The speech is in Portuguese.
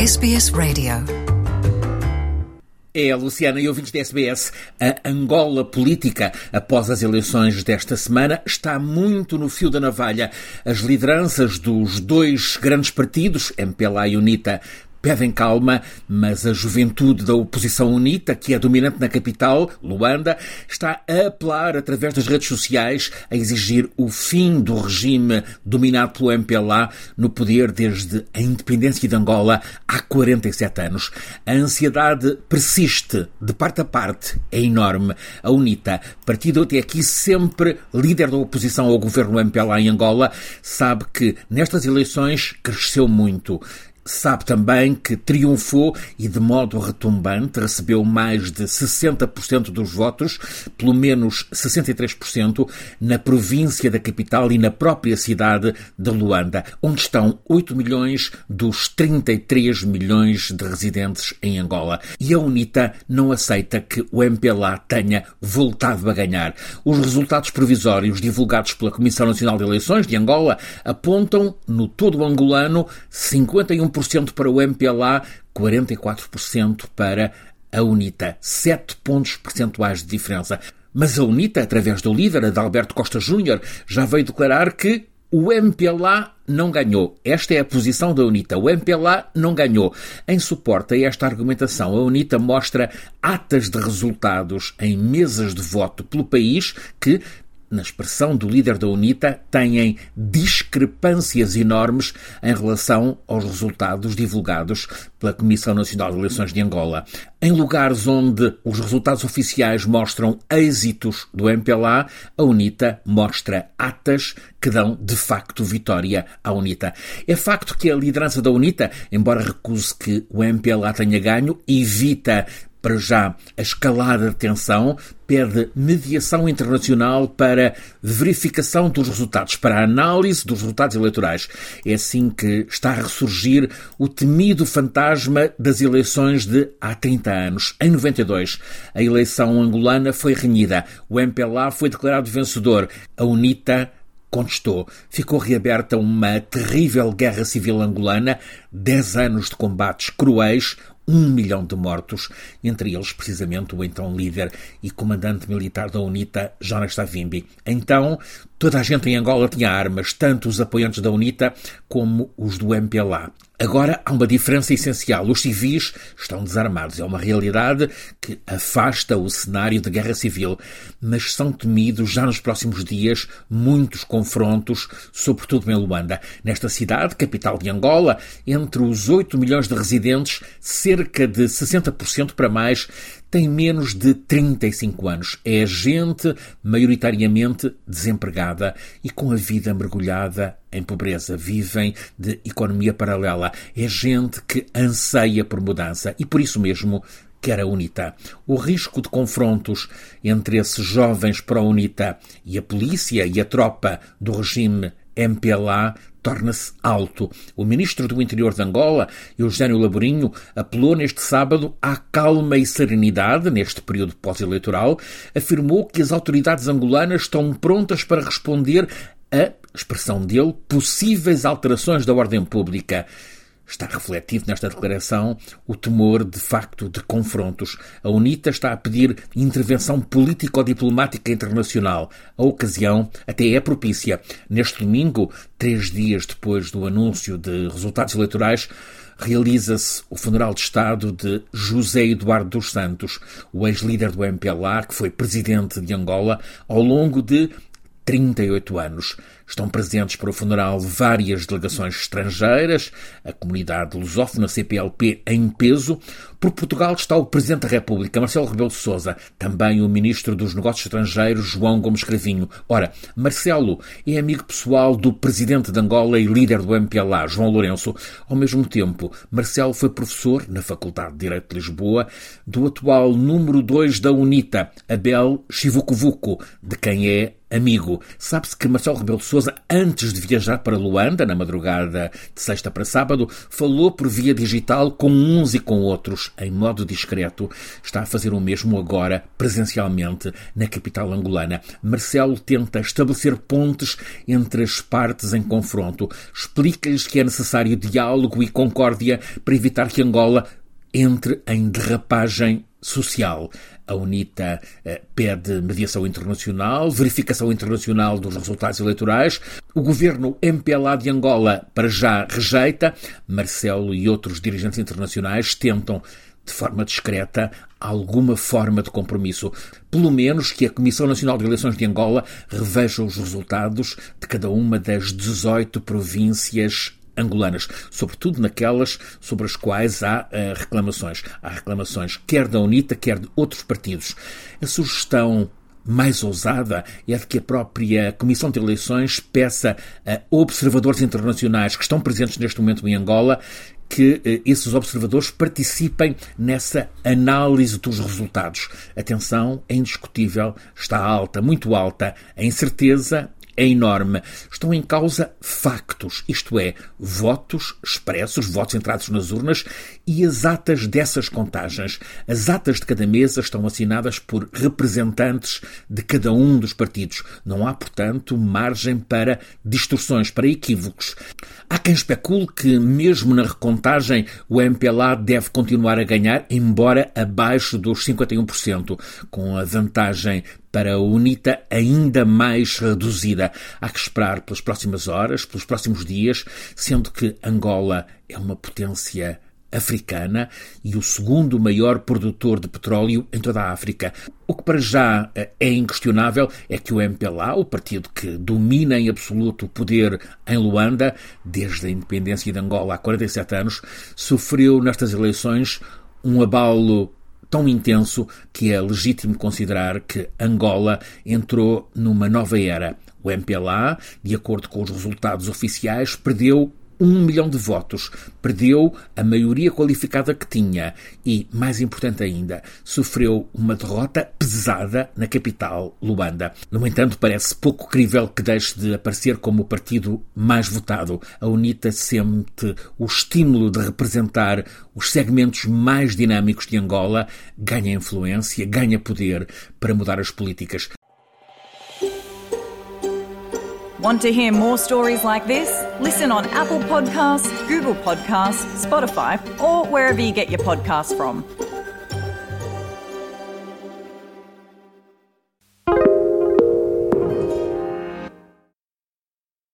SBS Radio. É, Luciana e ouvintes da SBS, a Angola política, após as eleições desta semana, está muito no fio da navalha. As lideranças dos dois grandes partidos, MPLA e UNITA, pedem calma, mas a juventude da oposição UNITA, que é dominante na capital, Luanda, está a apelar através das redes sociais a exigir o fim do regime dominado pelo MPLA no poder desde a independência de Angola há 47 anos. A ansiedade persiste, de parte a parte, é enorme. A UNITA, partido até aqui sempre líder da oposição ao governo MPLA em Angola, sabe que nestas eleições cresceu muito. Sabe também que triunfou e de modo retumbante, recebeu mais de 60% dos votos, pelo menos 63%, na província da capital e na própria cidade de Luanda, onde estão 8 milhões dos 33 milhões de residentes em Angola. E a UNITA não aceita que o MPLA tenha voltado a ganhar. Os resultados provisórios divulgados pela Comissão Nacional de Eleições de Angola apontam, no todo angolano, 51% para o MPLA, 44% para a UNITA. 7 pontos percentuais de diferença. Mas a UNITA, através do líder, Adalberto Costa Júnior, já veio declarar que o MPLA não ganhou. Esta é a posição da UNITA. O MPLA não ganhou. Em suporte a esta argumentação, a UNITA mostra atas de resultados em mesas de voto pelo país que, na expressão do líder da UNITA, têm discrepâncias enormes em relação aos resultados divulgados pela Comissão Nacional de Eleições de Angola. Em lugares onde os resultados oficiais mostram êxitos do MPLA, a UNITA mostra atas que dão, de facto, vitória à UNITA. É facto que a liderança da UNITA, embora recuse que o MPLA tenha ganho, evita para já a escalada de tensão, pede mediação internacional para verificação dos resultados, para a análise dos resultados eleitorais. É assim que está a ressurgir o temido fantasma das eleições de há 30 anos. Em 92, a eleição angolana foi renhida. O MPLA foi declarado vencedor. A UNITA contestou. Ficou reaberta uma terrível guerra civil angolana, 10 anos de combates cruéis, 1 milhão de mortos, entre eles precisamente o então líder e comandante militar da UNITA, Jonas Savimbi. Então, toda a gente em Angola tinha armas, tanto os apoiantes da UNITA como os do MPLA. Agora há uma diferença essencial. Os civis estão desarmados. É uma realidade que afasta o cenário de guerra civil. Mas são temidos já nos próximos dias muitos confrontos, sobretudo em Luanda. Nesta cidade, capital de Angola, entre os 8 milhões de residentes, cerca de 60% para mais tem menos de 35 anos. É gente maioritariamente desempregada e com a vida mergulhada em pobreza. Vivem de economia paralela. É gente que anseia por mudança e por isso mesmo quer a UNITA. O risco de confrontos entre esses jovens pró-UNITA e a polícia e a tropa do regime MPLA torna-se alto. O ministro do Interior de Angola, Eugênio Laborinho, apelou neste sábado à calma e serenidade neste período pós-eleitoral, afirmou que as autoridades angolanas estão prontas para responder a, expressão dele, possíveis alterações da ordem pública. Está refletido nesta declaração o temor, de facto, de confrontos. A UNITA está a pedir intervenção político-diplomática internacional. A ocasião até é propícia. Neste domingo, 3 dias depois do anúncio de resultados eleitorais, realiza-se o funeral de Estado de José Eduardo dos Santos, o ex-líder do MPLA, que foi presidente de Angola ao longo de 38 anos. Estão presentes para o funeral várias delegações estrangeiras, a comunidade lusófona CPLP em peso. Por Portugal está o Presidente da República, Marcelo Rebelo de Sousa, também o Ministro dos Negócios Estrangeiros, João Gomes Cravinho. Ora, Marcelo é amigo pessoal do Presidente de Angola e líder do MPLA, João Lourenço. Ao mesmo tempo, Marcelo foi professor na Faculdade de Direito de Lisboa do atual número 2 da UNITA, Abel Chivucovuco, de quem é amigo. Sabe-se que Marcelo Rebelo de Sousa, antes de viajar para Luanda, na madrugada de sexta para sábado, falou por via digital com uns e com outros, em modo discreto. Está a fazer o mesmo agora, presencialmente, na capital angolana. Marcelo tenta estabelecer pontes entre as partes em confronto. Explica-lhes que é necessário diálogo e concórdia para evitar que Angola entre em derrapagem social. A UNITA pede mediação internacional, verificação internacional dos resultados eleitorais. O governo MPLA de Angola, para já, rejeita. Marcelo e outros dirigentes internacionais tentam, de forma discreta, alguma forma de compromisso. Pelo menos que a Comissão Nacional de Eleições de Angola reveja os resultados de cada uma das 18 províncias angolanas, sobretudo naquelas sobre as quais há reclamações. Há reclamações quer da UNITA, quer de outros partidos. A sugestão mais ousada é de que a própria Comissão de Eleições peça a observadores internacionais que estão presentes neste momento em Angola que esses observadores participem nessa análise dos resultados. A tensão é indiscutível, está alta, muito alta, a incerteza é enorme. Estão em causa factos, isto é, votos expressos, votos entrados nas urnas e as atas dessas contagens. As atas de cada mesa estão assinadas por representantes de cada um dos partidos. Não há, portanto, margem para distorções, para equívocos. Há quem especule que, mesmo na recontagem, o MPLA deve continuar a ganhar, embora abaixo dos 51%, com a vantagem para a UNITA ainda mais reduzida. Há que esperar pelas próximas horas, pelos próximos dias, sendo que Angola é uma potência africana e o segundo maior produtor de petróleo em toda a África. O que para já é inquestionável é que o MPLA, o partido que domina em absoluto o poder em Luanda, desde a independência de Angola há 47 anos, sofreu nestas eleições um abalo tão intenso que é legítimo considerar que Angola entrou numa nova era. O MPLA, de acordo com os resultados oficiais, perdeu 1 milhão de votos, perdeu a maioria qualificada que tinha e, mais importante ainda, sofreu uma derrota pesada na capital, Luanda. No entanto, parece pouco crível que deixe de aparecer como o partido mais votado. A UNITA sente o estímulo de representar os segmentos mais dinâmicos de Angola, ganha influência, ganha poder para mudar as políticas. Want to hear more stories like this? Listen on Apple Podcasts, Google Podcasts, Spotify, or wherever you get your podcasts from.